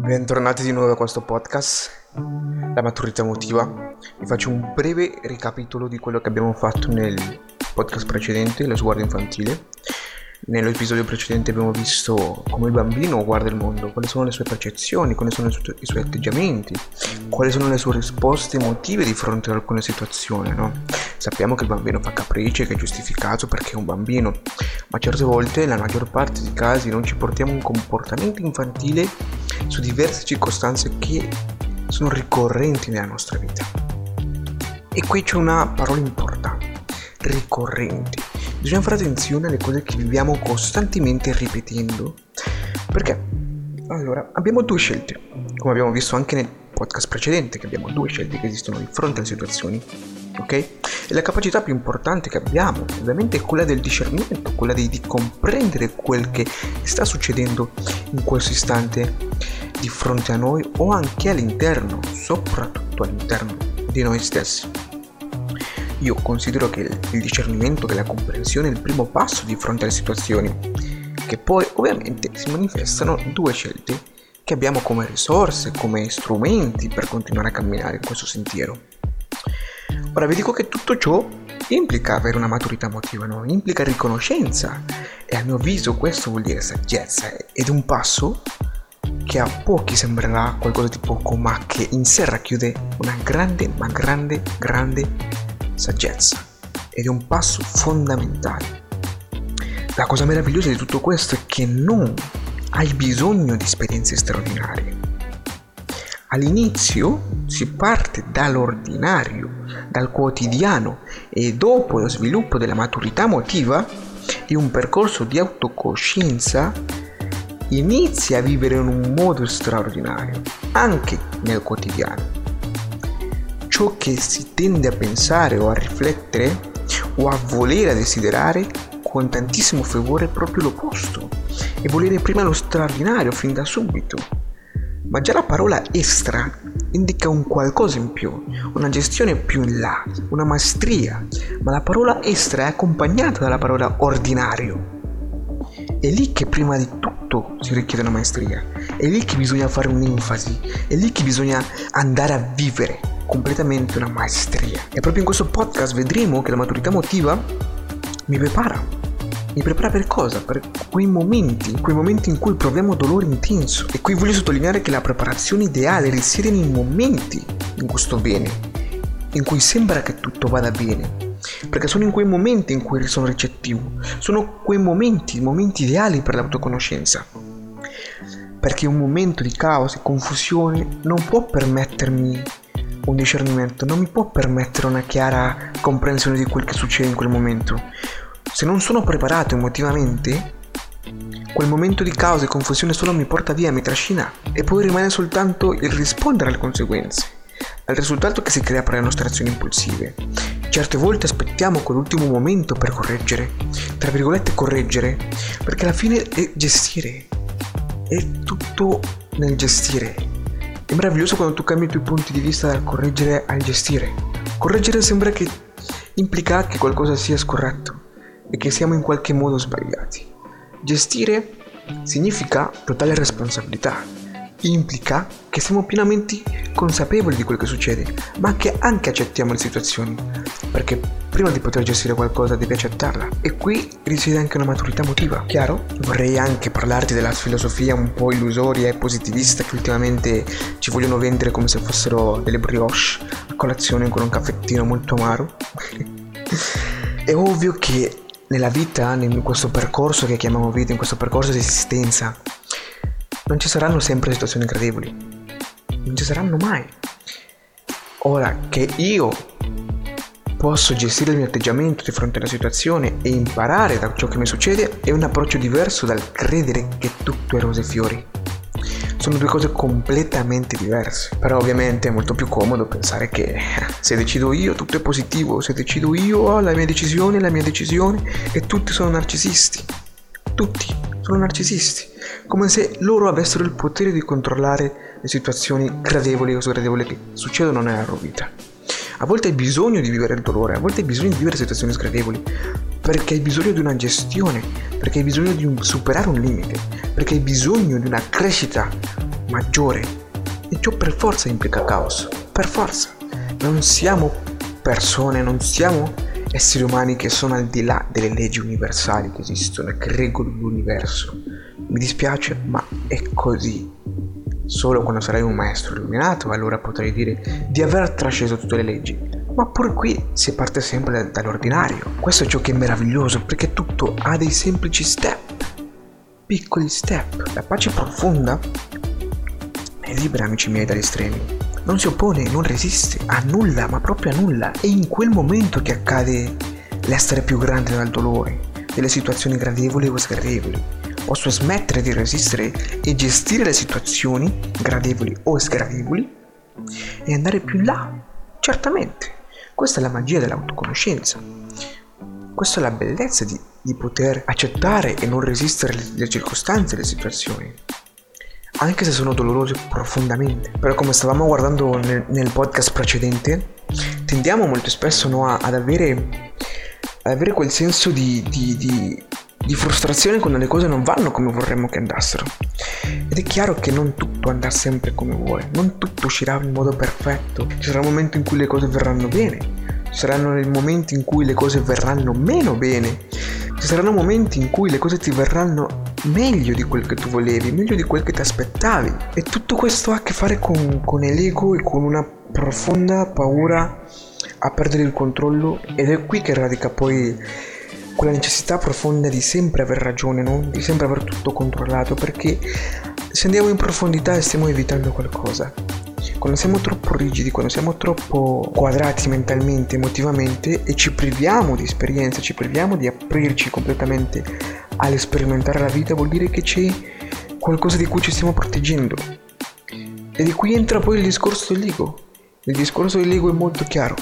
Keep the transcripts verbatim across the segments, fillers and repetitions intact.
Bentornati di nuovo a questo podcast, La maturità emotiva. Vi faccio un breve ricapitolo di quello che abbiamo fatto nel podcast precedente, lo sguardo infantile. Nell'episodio precedente abbiamo visto come il bambino guarda il mondo, quali sono le sue percezioni, quali sono i suoi, i suoi atteggiamenti, quali sono le sue risposte emotive di fronte ad alcune situazioni, no? Sappiamo che il bambino fa capricci, che è giustificato perché è un bambino, ma certe volte, nella maggior parte dei casi, non ci portiamo un comportamento infantile su diverse circostanze che sono ricorrenti nella nostra vita. E qui c'è una parola importante: ricorrenti. Bisogna fare attenzione alle cose che viviamo costantemente ripetendo, perché allora abbiamo due scelte, come abbiamo visto anche nel podcast precedente, che abbiamo due scelte che esistono di fronte alle situazioni, ok? E la capacità più importante che abbiamo ovviamente è quella del discernimento, quella di, di comprendere quel che sta succedendo in questo istante di fronte a noi o anche all'interno, soprattutto all'interno di noi stessi. Io considero che il discernimento, che la comprensione è il primo passo di fronte alle situazioni, che poi ovviamente si manifestano due scelte che abbiamo come risorse, come strumenti per continuare a camminare in questo sentiero. Ora vi dico che tutto ciò implica avere una maturità emotiva, no? Implica riconoscenza, e a mio avviso questo vuol dire saggezza, ed è un passo che a pochi sembrerà qualcosa di poco, ma che in sé racchiude una grande, ma grande, grande saggezza, ed è un passo fondamentale. La cosa meravigliosa di tutto questo è che non hai bisogno di esperienze straordinarie. All'inizio si parte dall'ordinario, dal quotidiano, e dopo lo sviluppo della maturità emotiva e un percorso di autocoscienza inizi a vivere in un modo straordinario anche nel quotidiano. Ciò che si tende a pensare o a riflettere o a volere, a desiderare con tantissimo fervore è proprio l'opposto, e volere prima lo straordinario fin da subito. Ma già la parola extra indica un qualcosa in più, una gestione più in là, una maestria, ma la parola extra è accompagnata dalla parola ordinario. È lì che prima di tutto si richiede una maestria, è lì che bisogna fare un'enfasi, è lì che bisogna andare a vivere completamente una maestria. E proprio in questo podcast vedremo che la maturità emotiva mi prepara. Mi prepara per cosa? Per quei momenti, quei momenti in cui proviamo dolore intenso. E qui voglio sottolineare che la preparazione ideale risiede nei momenti in cui sto bene, in cui sembra che tutto vada bene, perché sono in quei momenti in cui sono ricettivo, sono quei momenti, i momenti ideali per l'autoconoscenza. Perché un momento di caos e confusione non può permettermi un discernimento, non mi può permettere una chiara comprensione di quel che succede in quel momento. Se non sono preparato emotivamente, quel momento di caos e confusione solo mi porta via, mi trascina, e poi rimane soltanto il rispondere alle conseguenze, al risultato che si crea per le nostre azioni impulsive. Certe volte aspettiamo quell'ultimo momento per correggere, tra virgolette correggere, perché alla fine è gestire, è tutto nel gestire. È meraviglioso quando tu cambi i tuoi punti di vista dal correggere al gestire. Correggere sembra che implica che qualcosa sia scorretto e che siamo in qualche modo sbagliati. Gestire significa totale responsabilità, implica che siamo pienamente consapevoli di quel che succede, ma che anche accettiamo le situazioni, perché prima di poter gestire qualcosa devi accettarla, e qui risiede anche una maturità emotiva. Chiaro? Vorrei anche parlarti della filosofia un po' illusoria e positivista che ultimamente ci vogliono vendere come se fossero delle brioche a colazione con un caffettino molto amaro. È ovvio che nella vita, in questo percorso che chiamiamo vita, in questo percorso di esistenza, non ci saranno sempre situazioni gradevoli, non ci saranno mai. Ora, che io posso gestire il mio atteggiamento di fronte alla situazione e imparare da ciò che mi succede è un approccio diverso dal credere che tutto è rose e fiori. Sono due cose completamente diverse. Però ovviamente è molto più comodo pensare che se decido io tutto è positivo, se decido io la mia decisione, la mia decisione, e tutti sono narcisisti. Tutti sono narcisisti, come se loro avessero il potere di controllare le situazioni gradevoli o sgradevoli che succedono nella loro vita. A volte hai bisogno di vivere il dolore, a volte hai bisogno di vivere situazioni sgradevoli, perché hai bisogno di una gestione, perché hai bisogno di un, superare un limite, perché hai bisogno di una crescita maggiore e ciò per forza implica caos, per forza. Non siamo persone, non siamo esseri umani che sono al di là delle leggi universali che esistono e che regolano l'universo. Mi dispiace, ma è così. Solo quando sarai un maestro illuminato allora potrai dire di aver trasceso tutte le leggi. Ma pure qui si parte sempre dall'ordinario. Questo è ciò che è meraviglioso, perché tutto ha dei semplici step, piccoli step. La pace profonda è libera, amici miei, dagli estremi. Non si oppone, non resiste a nulla, ma proprio a nulla. È in quel momento che accade l'essere più grande dal dolore, delle situazioni gradevoli o sgradevoli. Posso smettere di resistere e gestire le situazioni gradevoli o sgradevoli e andare più in là. Certamente, questa è la magia dell'autoconoscenza. Questa è la bellezza di, di poter accettare e non resistere le, le circostanze e le situazioni, anche se sono dolorose profondamente. Però, come stavamo guardando nel, nel podcast precedente, tendiamo molto spesso no, ad, avere, ad avere quel senso di, di, di di frustrazione quando le cose non vanno come vorremmo che andassero. Ed è chiaro che non tutto andrà sempre come vuole, non tutto uscirà in modo perfetto. Ci sarà un momento in cui le cose verranno bene, ci saranno dei momenti in cui le cose verranno meno bene, ci saranno momenti in cui le cose ti verranno meglio di quel che tu volevi, meglio di quel che ti aspettavi. E tutto questo ha a che fare con, con l'ego e con una profonda paura a perdere il controllo, ed è qui che radica poi quella necessità profonda di sempre aver ragione, no? Di sempre aver tutto controllato, perché se andiamo in profondità stiamo evitando qualcosa. Quando siamo troppo rigidi, quando siamo troppo quadrati mentalmente, emotivamente, e ci priviamo di esperienza, ci priviamo di aprirci completamente all'esperimentare la vita, vuol dire che c'è qualcosa di cui ci stiamo proteggendo. E di qui entra poi il discorso dell'ego. Il discorso dell'ego è molto chiaro.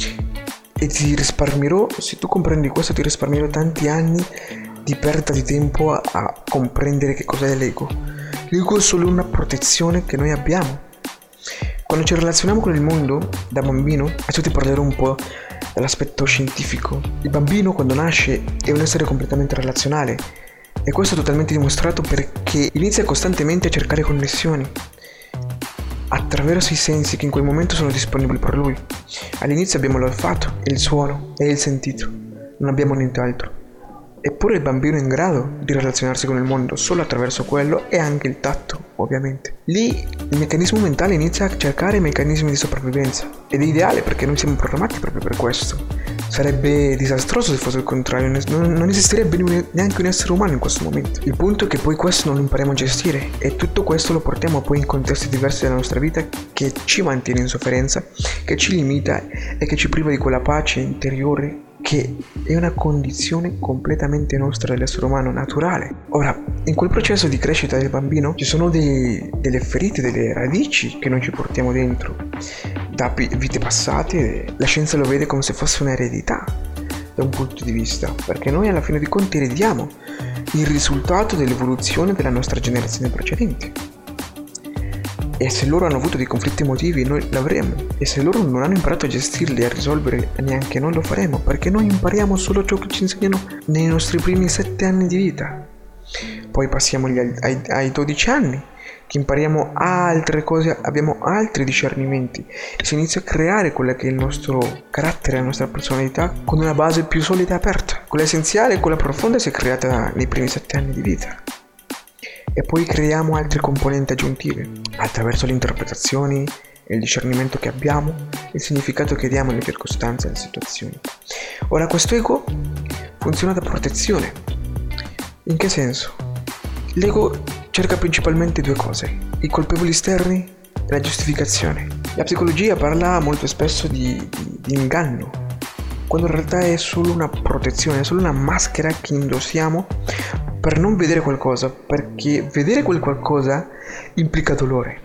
E ti risparmierò, se tu comprendi questo, ti risparmierò tanti anni di perdita di tempo a, a comprendere che cos'è l'ego. L'ego è solo una protezione che noi abbiamo. Quando ci relazioniamo con il mondo da bambino, adesso ti parlerò un po' dell'aspetto scientifico. Il bambino quando nasce è un essere completamente relazionale, e questo è totalmente dimostrato perché inizia costantemente a cercare connessioni attraverso i sensi che in quel momento sono disponibili per lui. All'inizio abbiamo l'olfatto, il suono e il sentito, non abbiamo nient'altro. Eppure il bambino è in grado di relazionarsi con il mondo solo attraverso quello, e anche il tatto, ovviamente. Lì il meccanismo mentale inizia a cercare meccanismi di sopravvivenza, ed è ideale perché noi siamo programmati proprio per questo. Sarebbe disastroso se fosse il contrario, non, non esisterebbe neanche un essere umano in questo momento. Il punto è che poi questo non lo impariamo a gestire, e tutto questo lo portiamo poi in contesti diversi della nostra vita, che ci mantiene in sofferenza, che ci limita e che ci priva di quella pace interiore che è una condizione completamente nostra dell'essere umano, naturale. Ora, in quel processo di crescita del bambino ci sono dei, delle ferite, delle radici che noi ci portiamo dentro da vite passate. La scienza lo vede come se fosse un'eredità da un punto di vista, perché noi alla fine dei conti erediamo il risultato dell'evoluzione della nostra generazione precedente. E se loro hanno avuto dei conflitti emotivi, noi l'avremo. E se loro non hanno imparato a gestirli e a risolverli, neanche noi lo faremo, perché noi impariamo solo ciò che ci insegnano nei nostri primi sette anni di vita. Poi passiamo agli, ai, ai dodici anni, che impariamo altre cose, abbiamo altri discernimenti, e si inizia a creare quello che è il nostro carattere, la nostra personalità, con una base più solida e aperta. Quella essenziale e quella profonda si è creata nei primi sette anni di vita. E poi creiamo altre componenti aggiuntive attraverso le interpretazioni e il discernimento che abbiamo, il significato che diamo alle circostanze e alle situazioni. Ora, questo ego funziona da protezione. In che senso? L'ego cerca principalmente due cose: i colpevoli esterni e la giustificazione. La psicologia parla molto spesso di, di, di inganno, quando in realtà è solo una protezione, è solo una maschera che indossiamo per non vedere qualcosa, perché vedere quel qualcosa implica dolore,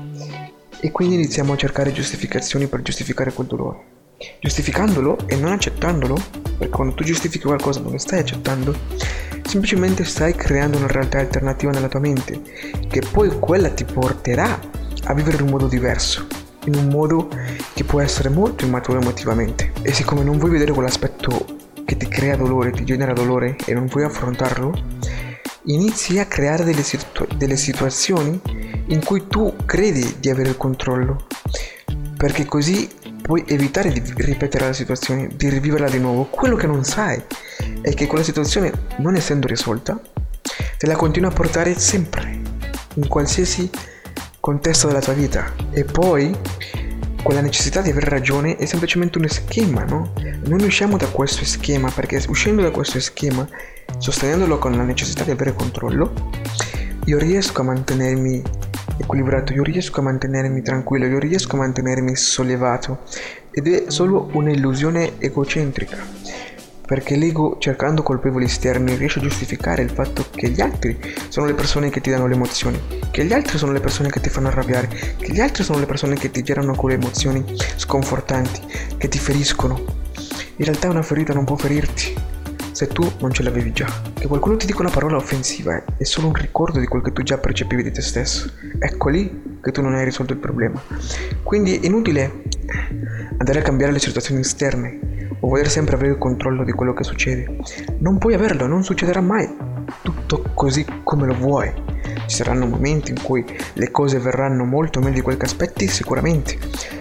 e quindi iniziamo a cercare giustificazioni per giustificare quel dolore. Giustificandolo e non accettandolo, perché quando tu giustifichi qualcosa non lo stai accettando, semplicemente stai creando una realtà alternativa nella tua mente, che poi quella ti porterà a vivere in un modo diverso, in un modo che può essere molto immaturo emotivamente. E siccome non vuoi vedere quell'aspetto che ti crea dolore, ti genera dolore, e non vuoi affrontarlo, inizi a creare delle, situ- delle situazioni in cui tu credi di avere il controllo, perché così puoi evitare di ripetere la situazione, di riviverla di nuovo. Quello che non sai è che quella situazione, non essendo risolta, te la continua a portare sempre, in qualsiasi contesto della tua vita. E poi quella necessità di avere ragione è semplicemente un schema, no? Noi usciamo da questo schema, perché uscendo da questo schema, sostenendolo con la necessità di avere controllo, io riesco a mantenermi equilibrato, io riesco a mantenermi tranquillo, io riesco a mantenermi sollevato, ed è solo un'illusione egocentrica, perché l'ego, cercando colpevoli esterni, riesce a giustificare il fatto che gli altri sono le persone che ti danno le emozioni, che gli altri sono le persone che ti fanno arrabbiare, che gli altri sono le persone che ti generano quelle emozioni sconfortanti, che ti feriscono. In realtà una ferita non può ferirti se tu non ce l'avevi già. Che qualcuno ti dica una parola offensiva è solo un ricordo di quel che tu già percepivi di te stesso. Ecco lì che tu non hai risolto il problema. Quindi è inutile andare a cambiare le situazioni esterne o voler sempre avere il controllo di quello che succede. Non puoi averlo, non succederà mai tutto così come lo vuoi. Ci saranno momenti in cui le cose verranno molto meglio di quel che aspetti, sicuramente,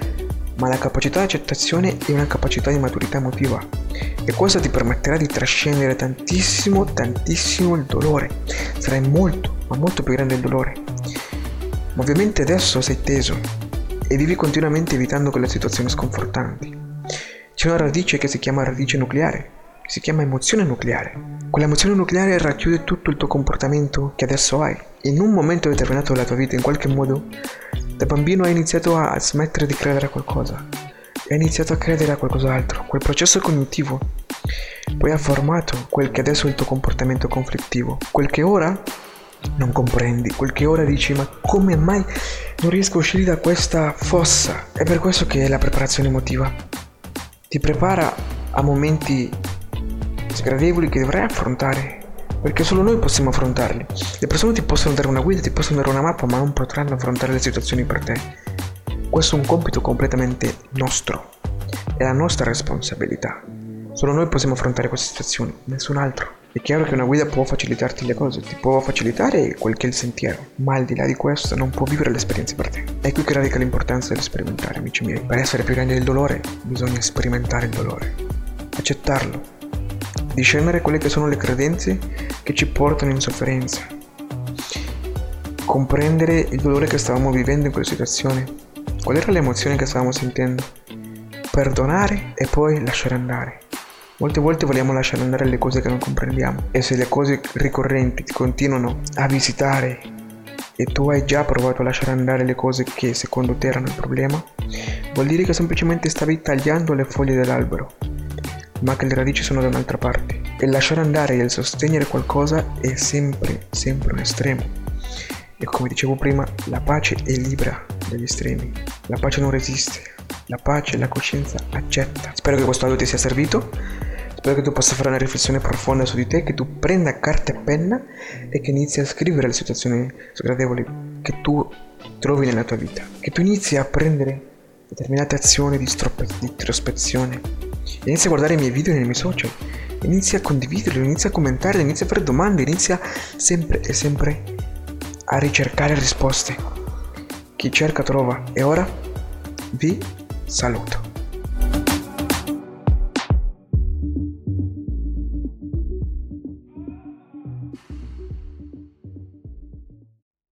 ma la capacità di accettazione è una capacità di maturità emotiva, e questo ti permetterà di trascendere tantissimo, tantissimo il dolore. Sarai molto, ma molto più grande il dolore. Ma ovviamente adesso sei teso e vivi continuamente evitando quelle situazioni sconfortanti. C'è una radice che si chiama radice nucleare, che si chiama emozione nucleare. Quell'emozione nucleare racchiude tutto il tuo comportamento che adesso hai. In un momento determinato della tua vita, in qualche modo, da bambino hai iniziato a smettere di credere a qualcosa. Hai iniziato a credere a qualcos'altro. Quel processo cognitivo poi ha formato quel che adesso è il tuo comportamento conflittivo. Quel che ora non comprendi, quel che ora dici: ma come mai non riesco a uscire da questa fossa? È per questo che la preparazione emotiva ti prepara a momenti sgradevoli che dovrai affrontare, perché solo noi possiamo affrontarli. Le persone ti possono dare una guida, ti possono dare una mappa, ma non potranno affrontare le situazioni per te. Questo è un compito completamente nostro, è la nostra responsabilità. Solo noi possiamo affrontare queste situazioni, nessun altro. È chiaro che una guida può facilitarti le cose, ti può facilitare quel che è il sentiero, ma al di là di questo non può vivere l'esperienza per te. È qui che radica l'importanza dell'esperimentare, amici miei. Per essere più grandi del dolore bisogna sperimentare il dolore, accettarlo, discernere quelle che sono le credenze che ci portano in sofferenza, comprendere il dolore che stavamo vivendo in quella situazione, qual era l'emozione che stavamo sentendo, perdonare e poi lasciare andare. Molte volte vogliamo lasciare andare le cose che non comprendiamo, e se le cose ricorrenti ti continuano a visitare e tu hai già provato a lasciare andare le cose che secondo te erano il problema, vuol dire che semplicemente stavi tagliando le foglie dell'albero, ma che le radici sono da un'altra parte. E lasciare andare e il sostenere qualcosa è sempre, sempre un estremo. E come dicevo prima, la pace è libera dagli estremi. La pace non resiste. La pace e la coscienza accetta. Spero che questo audio ti sia servito. Spero che tu possa fare una riflessione profonda su di te, che tu prenda carta e penna e che inizi a scrivere le situazioni sgradevoli che tu trovi nella tua vita. Che tu inizi a prendere determinate azioni di introspezione. Inizia a guardare i miei video nei miei social, inizia a condividerli, inizia a commentare, inizia a fare domande, inizia sempre e sempre a ricercare risposte. Chi cerca trova. E ora vi saluto.